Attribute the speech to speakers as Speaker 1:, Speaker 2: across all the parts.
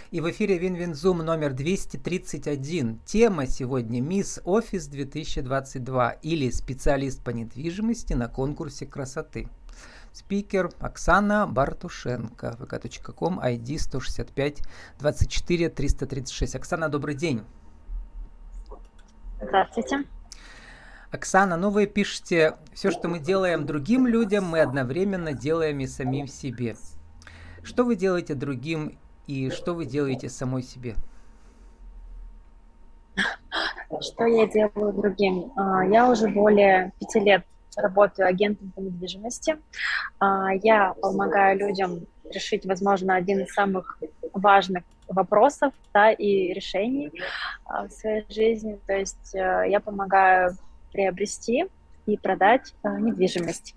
Speaker 1: И в эфире Винвинзум номер 231. Тема сегодня «Мисс Офис 2022» или «Специалист по недвижимости на конкурсе красоты». Спикер Оксана Бартушенко, vk.com, ID 165 24 336. Оксана, добрый день.
Speaker 2: Здравствуйте.
Speaker 1: Оксана, вы пишете: все, что мы делаем другим людям, мы одновременно делаем и самим себе. Что вы делаете другим и что вы делаете самой себе?
Speaker 2: Что я делаю другим? Я уже более 5 лет работаю агентом по недвижимости. Я помогаю людям решить, возможно, один из самых важных вопросов, да, и решений в своей жизни. То есть я помогаю приобрести и продать недвижимость.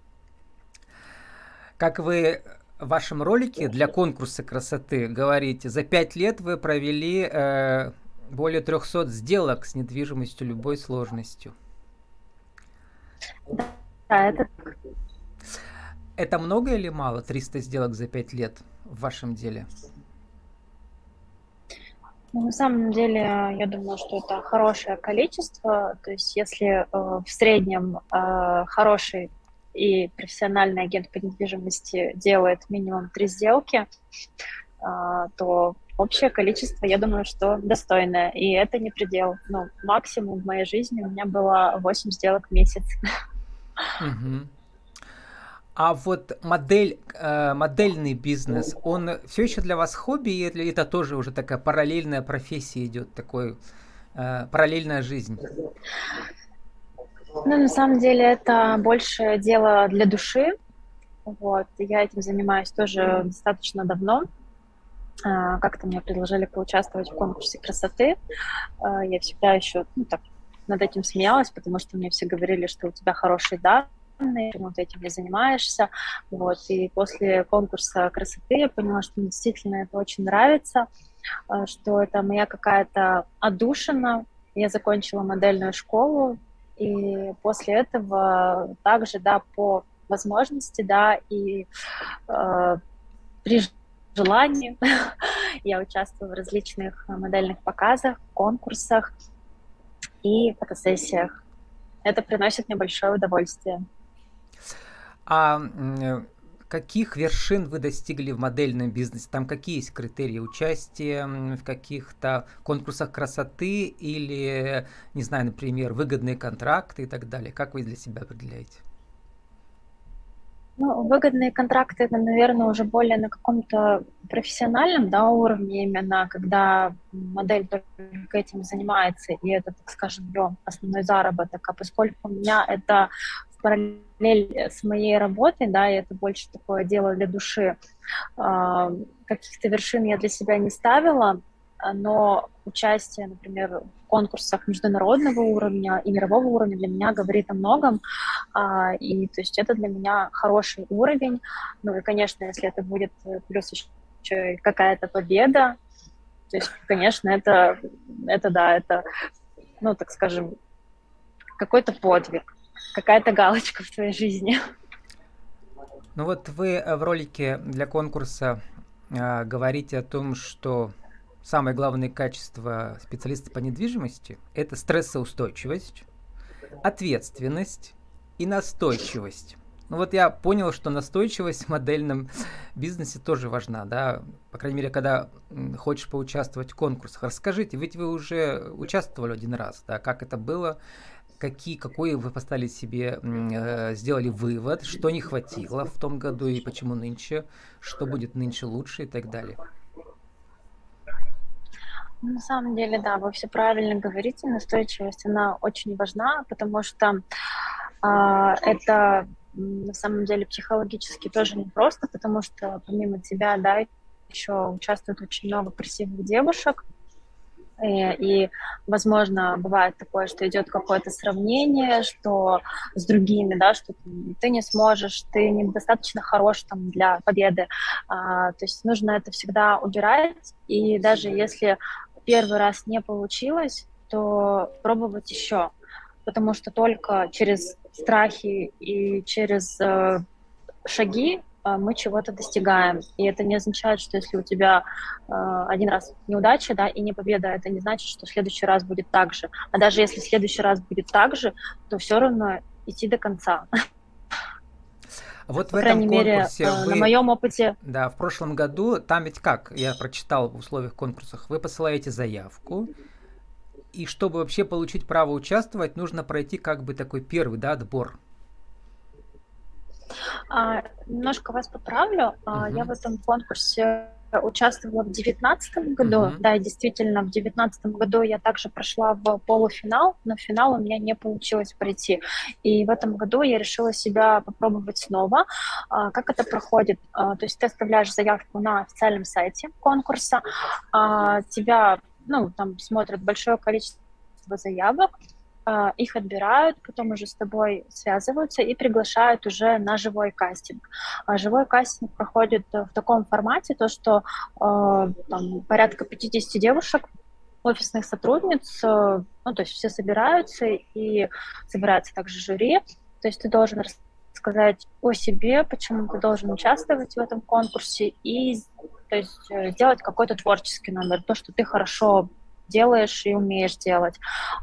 Speaker 1: Как вы в вашем ролике для конкурса красоты говорите, за 5 лет вы провели более 300 сделок с недвижимостью любой сложностью.
Speaker 2: Да, это
Speaker 1: Это много или мало, 300 сделок за 5 лет в вашем деле?
Speaker 2: на самом деле, я думаю, что это хорошее количество. То есть, если в среднем хороший и профессиональный агент по недвижимости делает минимум 3 сделки, то общее количество, я думаю, что достойное. И это не предел. Ну, максимум в моей жизни у меня было 8 сделок в месяц.
Speaker 1: Угу. А вот модельный бизнес, он все еще для вас хобби, или это тоже уже такая параллельная профессия идет, такой параллельная жизнь?
Speaker 2: Ну, на самом деле, это больше дело для души. Вот. Я этим занимаюсь тоже достаточно давно. Как-то мне предложили поучаствовать в конкурсе красоты. Я всегда еще так над этим смеялась, потому что мне все говорили, что у тебя хорошие данные, почему ты этим не занимаешься. Вот. И после конкурса красоты я поняла, что мне действительно это очень нравится, что это моя какая-то отдушина. Я закончила модельную школу, и после этого также, да, по возможности, да, и при желании я участвую в различных модельных показах, конкурсах и фотосессиях. Это приносит мне большое удовольствие.
Speaker 1: А каких вершин вы достигли в модельном бизнесе? Там какие есть критерии участия в каких-то конкурсах красоты или, не знаю, например, выгодные контракты и так далее? Как вы для себя определяете?
Speaker 2: Ну, выгодные контракты, это, наверное, уже более на каком-то профессиональном, да, уровне именно, когда модель только этим занимается, и это, так скажем, ее основной заработок. А поскольку у меня это в параллель с моей работой, да, и это больше такое дело для души, каких-то вершин я для себя не ставила, но участие, например, в конкурсах международного уровня и мирового уровня для меня говорит о многом. И то есть это для меня хороший уровень. Ну и, конечно, если это будет плюс еще и какая-то победа, то есть, конечно, это да, это, ну, так скажем, какой-то подвиг, какая-то галочка в твоей жизни.
Speaker 1: Ну вот вы в ролике для конкурса говорите о том, что самое главное качество специалиста по недвижимости – это стрессоустойчивость, ответственность и настойчивость. Ну вот я понял, что настойчивость в модельном бизнесе тоже важна, да, по крайней мере, когда хочешь поучаствовать в конкурсах. Расскажите, ведь вы уже участвовали один раз, да, как это было, какой вы поставили себе, сделали вывод, что не хватило в том году и почему нынче, что будет нынче лучше и так далее.
Speaker 2: На самом деле, да, вы все правильно говорите, настойчивость, она очень важна, потому что это на самом деле психологически тоже непросто, потому что помимо тебя, да, еще участвует очень много красивых девушек, и, возможно, бывает такое, что идет какое-то сравнение, что с другими, да, что ты не сможешь, ты недостаточно хорош там для победы. То есть нужно это всегда убирать, и даже если первый раз не получилось, то пробовать еще, потому что только через страхи и через шаги мы чего-то достигаем. И это не означает, что если у тебя один раз неудача, да, и не победа, это не значит, что в следующий раз будет так же. А даже если в следующий раз будет так же, то все равно идти до конца.
Speaker 1: Вот в
Speaker 2: По
Speaker 1: этом
Speaker 2: крайней мере,
Speaker 1: конкурсе
Speaker 2: на
Speaker 1: вы,
Speaker 2: моем опыте.
Speaker 1: да, в прошлом году, там ведь как, я прочитал в условиях конкурсах, вы посылаете заявку, и чтобы вообще получить право участвовать, нужно пройти как бы такой первый, да, отбор.
Speaker 2: Немножко вас поправлю. Я в
Speaker 1: Мгм.
Speaker 2: этом конкурсе участвовала в 2019 году.
Speaker 1: Мгм.
Speaker 2: Да, и действительно, в 2019 году я также прошла в полуфинал, но в финал у меня не получилось пройти. И в этом году я решила себя попробовать снова. Как это проходит? То есть ты оставляешь заявку на официальном сайте конкурса, тебя, ну, там смотрят большое количество заявок, их отбирают, потом уже с тобой связываются и приглашают уже на живой кастинг. Живой кастинг проходит в таком формате, то что там порядка 50 девушек, офисных сотрудниц, ну, то есть все собираются, и собирается также жюри, то есть ты должен рассказать о себе, почему ты должен участвовать в этом конкурсе, и то есть сделать какой-то творческий номер, то, что ты хорошо делаешь и умеешь делать.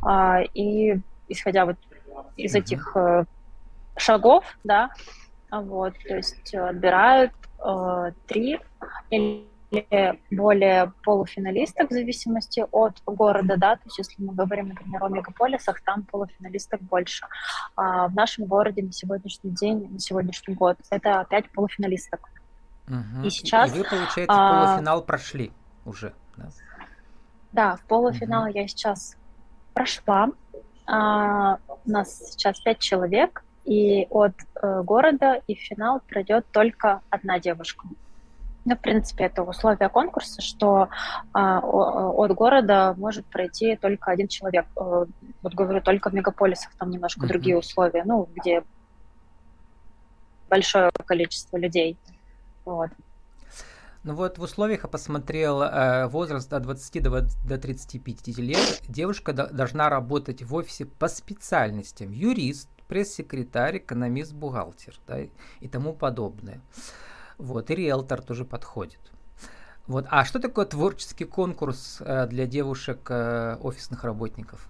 Speaker 2: И исходя вот из
Speaker 1: Мгм.
Speaker 2: этих шагов, да, вот, то есть отбирают 3 или более полуфиналисток в зависимости от города, да, то есть если мы говорим, например, о мегаполисах, там полуфиналисток больше. В нашем городе на сегодняшний день, на сегодняшний год это 5 полуфиналисток. И
Speaker 1: Мгм. И
Speaker 2: сейчас,
Speaker 1: вы, получается, в
Speaker 2: а,
Speaker 1: полуфинал прошли уже, да?
Speaker 2: да, в
Speaker 1: Мгм.
Speaker 2: полуфинал я сейчас прошла. У нас сейчас 5 человек, и от города и в финал пройдет только одна девушка. Ну, в принципе, это условия конкурса, что от города может пройти только один человек. Вот говорю, только в мегаполисах там немножко
Speaker 1: Мгм.
Speaker 2: другие условия, ну, где большое количество людей. Вот.
Speaker 1: Ну вот в условиях я посмотрел возраст от 20 до 35 лет. Девушка должна работать в офисе по специальностям. Юрист, пресс-секретарь, экономист, бухгалтер, да, и тому подобное. Вот, и риэлтор тоже подходит. Вот. А что такое творческий конкурс для девушек офисных работников?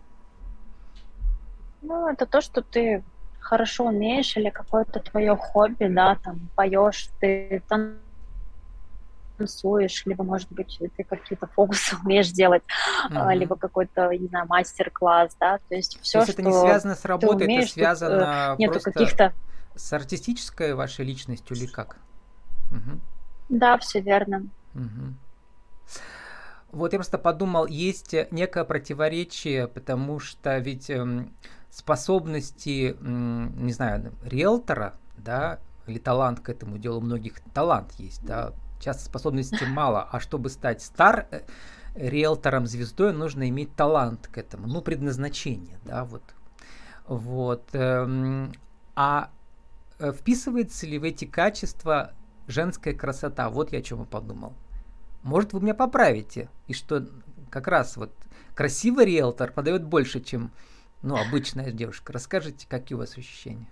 Speaker 2: Ну, это то, что ты хорошо умеешь или какое-то твое хобби, да, там, поешь, ты танцуешь, либо, может быть, ты какие-то фокусы умеешь делать, либо
Speaker 1: Мгм.
Speaker 2: какой-то, не знаю, мастер-класс, да, то есть
Speaker 1: То
Speaker 2: все,
Speaker 1: есть это не
Speaker 2: что
Speaker 1: связано с
Speaker 2: ты
Speaker 1: работой, это
Speaker 2: умеешь, тут
Speaker 1: связано
Speaker 2: нету
Speaker 1: просто
Speaker 2: каких-то.
Speaker 1: с артистической вашей личностью или как? Мгм.
Speaker 2: Да, все верно.
Speaker 1: Мгм. Вот я просто подумал, есть некое противоречие, потому что ведь способности, не знаю, риэлтора, да, или талант к этому делу, у многих талант есть, да, часто способностей мало, а чтобы стать риэлтором, звездой, нужно иметь талант к этому, ну, предназначение, да, вот. Вот. А вписывается ли в эти качества женская красота? Вот я о чем и подумал. Может, вы меня поправите, и что как раз вот красивый риэлтор подает больше, чем ну, обычная девушка. Расскажите, какие у вас ощущения?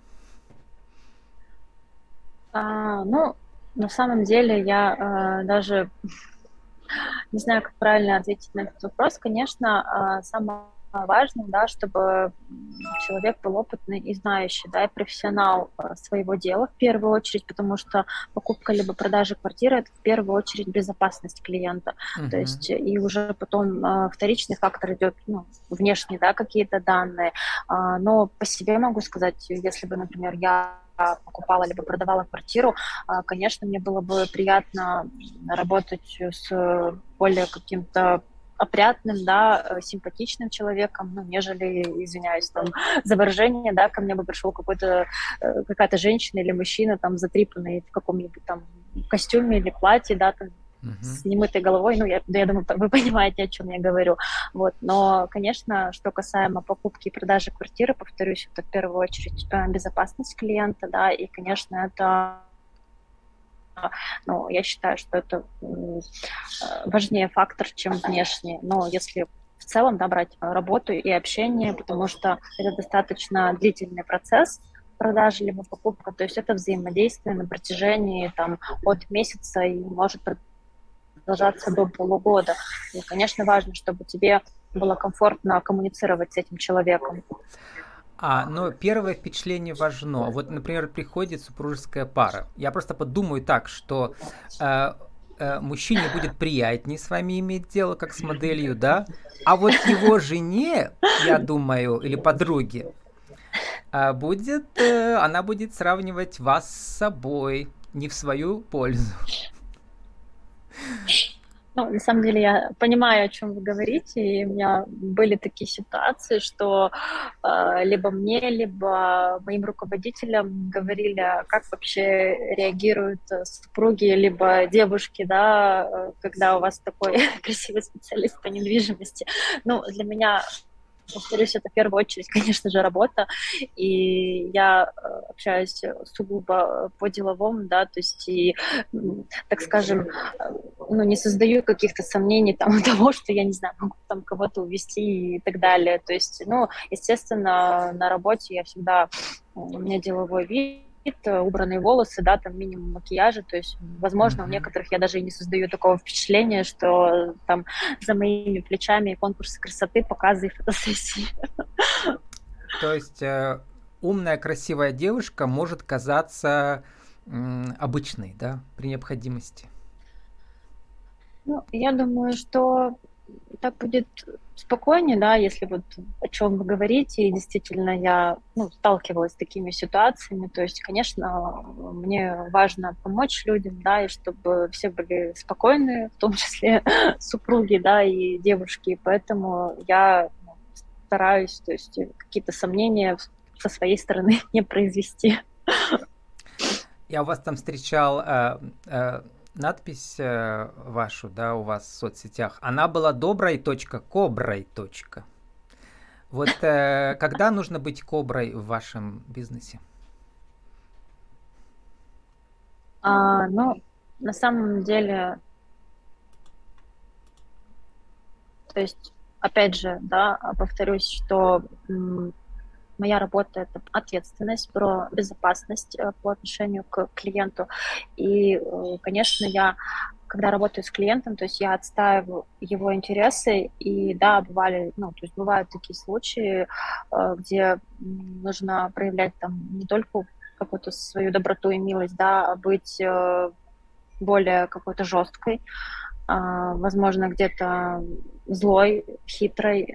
Speaker 2: Ну, на самом деле я даже не знаю, как правильно ответить на этот вопрос. Конечно, самое важное, да, чтобы человек был опытный и знающий, да, и профессионал своего дела в первую очередь, потому что покупка либо продажа квартиры — это в первую очередь безопасность клиента. То
Speaker 1: Мгм.
Speaker 2: есть и уже потом вторичный фактор идет, ну, внешние, да, какие-то данные. Но по себе могу сказать, если бы, например, я покупала либо продавала квартиру, конечно, мне было бы приятно работать с более каким-то опрятным, да, симпатичным человеком, ну, нежели, извиняюсь, там, за выражение, да, ко мне бы пришел какая-то женщина или мужчина, там, затрипанный в каком-нибудь там костюме или платье, да, там,
Speaker 1: Мгм.
Speaker 2: с немытой головой, ну, я думаю, вы понимаете, о чем я говорю, вот, но, конечно, что касаемо покупки и продажи квартиры, повторюсь, это в первую очередь безопасность клиента, да, и, конечно, это, ну, я считаю, что это важнее фактор, чем внешний. Но если в целом, да, брать работу и общение, потому что это достаточно длительный процесс, продажа, либо покупка, то есть это взаимодействие на протяжении там от месяца и может продолжаться до полугода. И, конечно, важно, чтобы тебе было комфортно коммуницировать с этим человеком.
Speaker 1: Но первое впечатление важно. Вот, например, приходит супружеская пара. Я просто подумаю так, что мужчине будет приятнее с вами иметь дело, как с моделью, да? А вот его жене, я думаю, или подруге, она будет сравнивать вас с собой, не в свою пользу.
Speaker 2: Ну, на самом деле я понимаю, о чем вы говорите, и у меня были такие ситуации, что либо мне, либо моим руководителям говорили, как вообще реагируют супруги, либо девушки, да, когда у вас такой красивый специалист по недвижимости. Ну, для меня, повторюсь, это в первую очередь, конечно же, работа, и я общаюсь сугубо по-деловому, да, то есть и, так скажем, ну, не создаю каких-то сомнений там того, что я, не знаю, могу там кого-то увести и так далее, то есть, ну, естественно, на работе я всегда, у меня деловой вид, убранные волосы, да, там минимум макияжа, то есть, возможно, у некоторых я даже и не создаю такого впечатления, что там за моими плечами конкурсы красоты, показы и фотосессии.
Speaker 1: То есть умная, красивая девушка может казаться обычной, да, при необходимости.
Speaker 2: Ну, я думаю, что так будет спокойнее, да, если вот о чем вы говорите, и действительно я, ну, сталкивалась с такими ситуациями, то есть, конечно, мне важно помочь людям, да, и чтобы все были спокойны, в том числе супруги, да, и девушки, поэтому я стараюсь, то есть какие-то сомнения со своей стороны не произвести.
Speaker 1: Я у вас там встречал надпись вашу, да, у вас в соцсетях. Она была доброй, коброй. Вот когда нужно быть коброй в вашем бизнесе?
Speaker 2: Ну, на самом деле, то есть, опять же, да, повторюсь, что моя работа — это ответственность, про безопасность по отношению к клиенту. И, конечно, я, когда работаю с клиентом, то есть я отстаиваю его интересы. И да, ну, то есть бывают такие случаи, где нужно проявлять там не только какую-то свою доброту и милость, да, а быть более какой-то жесткой, возможно, где-то злой, хитрой,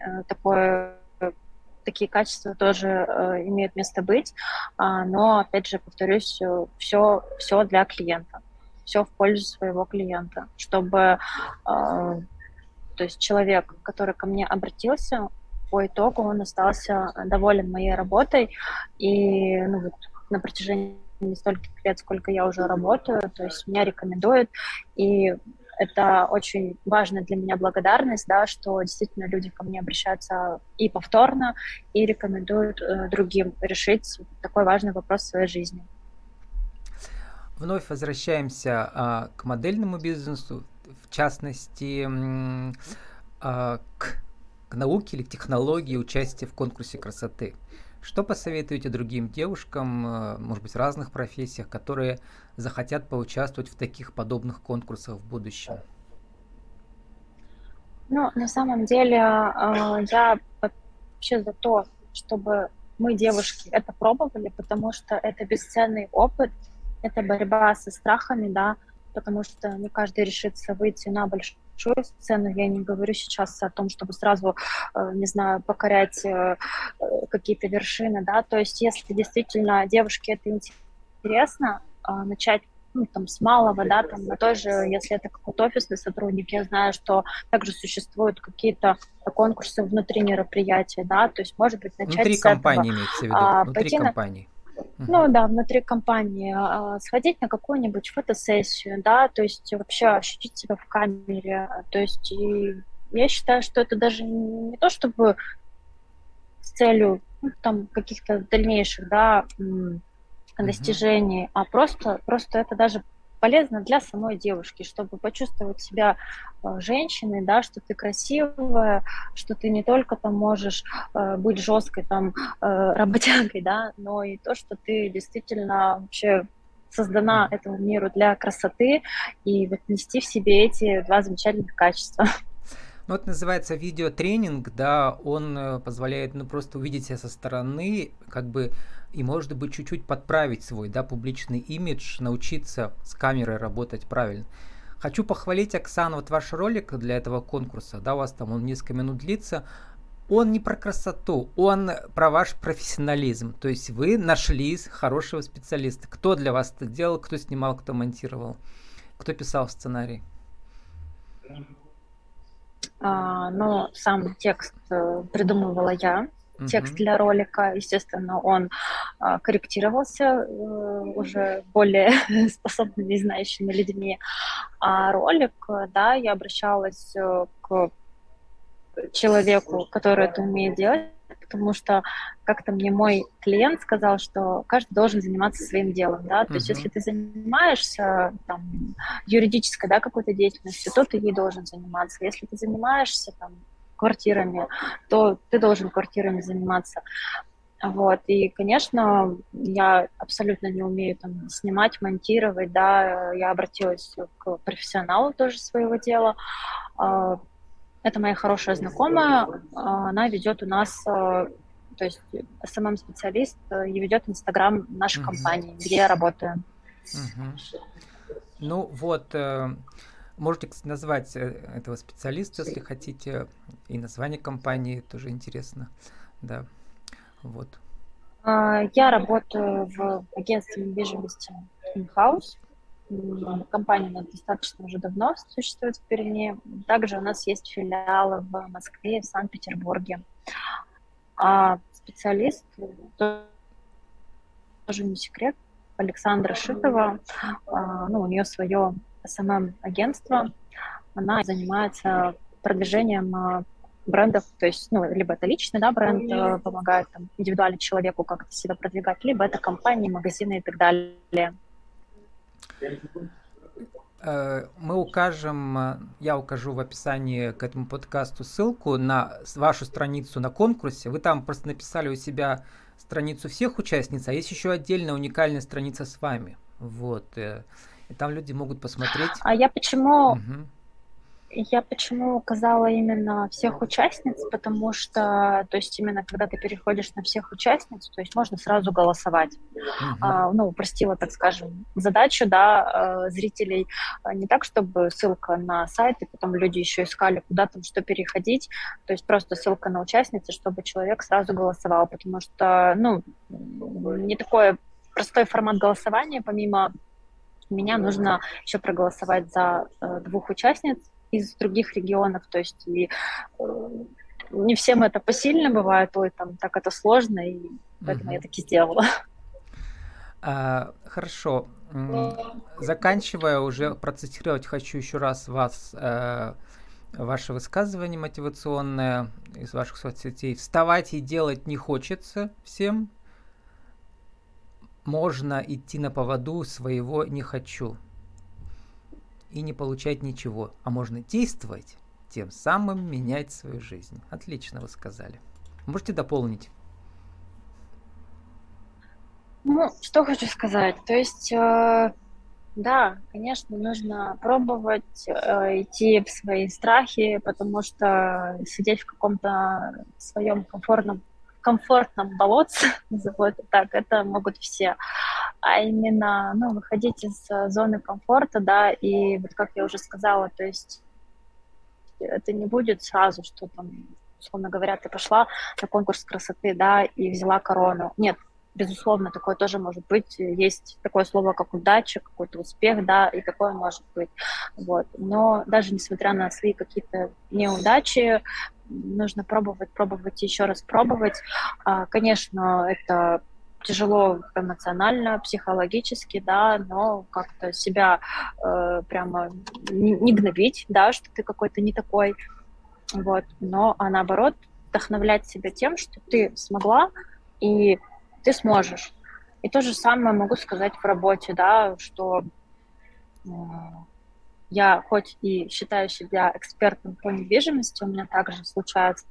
Speaker 2: такие качества тоже имеют место быть, но, опять же, повторюсь, все для клиента, все в пользу своего клиента, чтобы, то есть человек, который ко мне обратился, по итогу он остался доволен моей работой, и, ну, вот, на протяжении стольких лет, сколько я уже работаю, то есть меня рекомендуют, и это очень важная для меня благодарность, да, что действительно люди ко мне обращаются и повторно, и рекомендуют другим решить такой важный вопрос в своей жизни.
Speaker 1: Вновь возвращаемся к модельному бизнесу, в частности, к науке или технологии участия в конкурсе красоты. Что посоветуете другим девушкам, может быть, в разных профессиях, которые захотят поучаствовать в таких подобных конкурсах в будущем?
Speaker 2: Ну, на самом деле, я вообще за то, чтобы мы, девушки, это пробовали, потому что это бесценный опыт, это борьба со страхами, да, потому что не каждый решится выйти на большую сцену. Я не говорю сейчас о том, чтобы сразу, не знаю, покорять какие-то вершины, да, то есть если действительно девушке это интересно, начать, ну, там, с малого, да, там, на той же, если это какой-то офисный сотрудник, я знаю, что также существуют какие-то конкурсы внутри мероприятия, да, то есть, может быть, начать
Speaker 1: внутри
Speaker 2: с этого.
Speaker 1: Компании имеется в виду, внутри
Speaker 2: пойти
Speaker 1: компании.
Speaker 2: Ну да, внутри компании, сходить на какую-нибудь фотосессию, да, то есть вообще ощутить себя в камере, то есть и я считаю, что это даже не то, чтобы с целью, ну, там, каких-то дальнейших, да, достижений, а просто это даже полезно для самой девушки, чтобы почувствовать себя женщиной, да, что ты красивая, что ты не только там можешь быть жесткой там работягой, да, но и то, что ты действительно вообще создана
Speaker 1: Мгм.
Speaker 2: этому миру для красоты и вот нести в себе эти два замечательных качества.
Speaker 1: Ну, это называется видеотренинг, да, он позволяет, ну, просто увидеть себя со стороны, как бы, и, может быть, чуть-чуть подправить свой, да, публичный имидж, научиться с камерой работать правильно. Хочу похвалить, Оксана, вот ваш ролик для этого конкурса, да, у вас там он несколько минут длится, он не про красоту, он про ваш профессионализм. То есть вы нашли хорошего специалиста. Кто для вас это делал, кто снимал, кто монтировал, кто писал сценарий?
Speaker 2: Но сам текст придумывала я. Текст
Speaker 1: Угу,
Speaker 2: для ролика, естественно, он корректировался уже более способными и знающими людьми. А ролик, да, я обращалась к человеку, который это умеет делать, потому что как-то мне мой клиент сказал, что каждый должен заниматься своим делом, да, то есть если
Speaker 1: угу,
Speaker 2: ты занимаешься там, юридической, да, какой-то деятельностью, то ты ей должен заниматься. Если ты занимаешься там квартирами, то ты должен квартирами заниматься. Вот, и, конечно, я абсолютно не умею там снимать, монтировать, да, я обратилась к профессионалу тоже своего дела. А, это моя хорошая знакомая, она ведет у нас, то есть СММ-специалист, и ведет Инстаграм нашей
Speaker 1: угу,
Speaker 2: компании, где я работаю.
Speaker 1: угу. Ну вот, можете назвать этого специалиста, если хотите, и название компании тоже интересно. Да, вот.
Speaker 2: Я работаю в агентстве недвижимости InHouse. Компания у нас достаточно уже давно существует в Перми. Также у нас есть филиалы в Москве и в Санкт-Петербурге. А специалист, тоже не секрет, Александра Шитова, ну, у нее свое СММ-агентство, она занимается продвижением брендов, то есть, ну, либо это личный, да, бренд, помогает там, индивидуально человеку как-то себя продвигать, либо это компании, магазины и так далее.
Speaker 1: Мы укажем, я укажу в описании к этому подкасту ссылку на вашу страницу на конкурсе. Вы там просто написали у себя страницу всех участниц, а есть еще отдельная уникальная страница с вами. Вот. И там люди могут посмотреть.
Speaker 2: А я почему
Speaker 1: Мгм.
Speaker 2: Я почему указала именно всех участниц, потому что, то есть именно когда ты переходишь на всех участниц, то есть можно сразу голосовать.
Speaker 1: Мгм.
Speaker 2: Ну, упростила, так скажем, задачу, да, зрителей. Не так, чтобы ссылка на сайт, и потом люди еще искали, куда там что переходить, то есть просто ссылка на участницы, чтобы человек сразу голосовал, потому что, ну, не такой простой формат голосования, помимо меня нужно еще проголосовать за двух участниц из других регионов, то есть и не всем это посильно бывает, ой, там так это сложно, и поэтому я
Speaker 1: Мгм.
Speaker 2: таки сделала.
Speaker 1: Хорошо. Заканчивая уже процитировать хочу еще раз вас, ваше высказывание мотивационное из ваших соцсетей. Вставать и делать не хочется всем. Можно идти на поводу своего не хочу и не получать ничего. А можно действовать, тем самым менять свою жизнь. Отлично вы сказали. Можете дополнить?
Speaker 2: Ну, что хочу сказать, то есть, да, конечно, нужно пробовать идти в свои страхи, потому что сидеть в каком-то своем комфортном болотце, назову это так, это могут все. А именно, ну, выходить из зоны комфорта, да, и вот как я уже сказала, то есть это не будет сразу, что там, условно говоря, ты пошла на конкурс красоты, да, и взяла корону. Нет, безусловно, такое тоже может быть. Есть такое слово, как удача, какой-то успех, да, и такое может быть. Вот. Но даже несмотря на свои какие-то неудачи, нужно пробовать, пробовать и еще раз пробовать. Конечно, это тяжело эмоционально, психологически, да, но как-то себя прямо не гнобить, да, что ты какой-то не такой, вот, но, а наоборот, вдохновлять себя тем, что ты смогла и ты сможешь. И то же самое могу сказать в работе, да, что Я хоть и считаю себя экспертом по недвижимости, у меня также случаются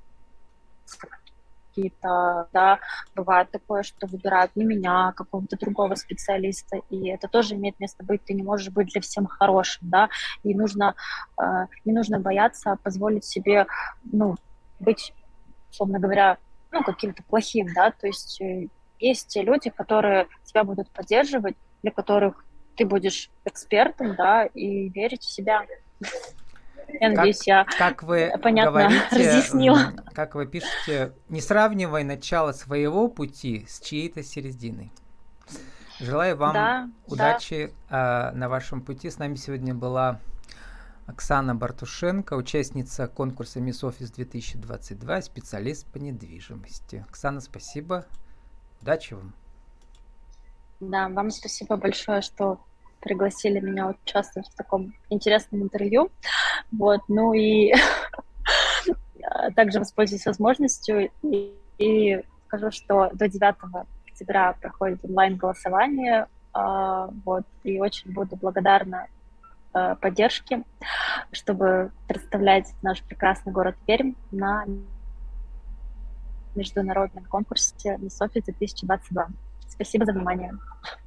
Speaker 2: какие-то, да, бывает такое, что выбирают не меня, а какого-то другого специалиста, и это тоже имеет место быть, ты не можешь быть для всем хорошим, да, и не нужно бояться позволить себе, ну, быть, условно говоря, ну, каким-то плохим, да, то есть есть те люди, которые тебя будут поддерживать, для которых ты будешь экспертом, да, и верить в себя. Я надеюсь, я
Speaker 1: Как вы
Speaker 2: понятно
Speaker 1: говорите,
Speaker 2: разъяснила.
Speaker 1: как вы пишете, не сравнивай начало своего пути с чьей-то серединой. Желаю вам
Speaker 2: Да, да.
Speaker 1: удачи на вашем пути. С нами сегодня была Оксана Бартушенко, участница конкурса Miss Office 2022, специалист по недвижимости. Оксана, спасибо. Удачи вам.
Speaker 2: Да, вам спасибо большое, что пригласили меня участвовать в таком интересном интервью. Вот, ну и также воспользуюсь возможностью и скажу, что до 9 октября проходит онлайн-голосование. Вот, и очень буду благодарна поддержке, чтобы представлять наш прекрасный город Пермь на международном конкурсе Miss Office 2022. Спасибо за внимание.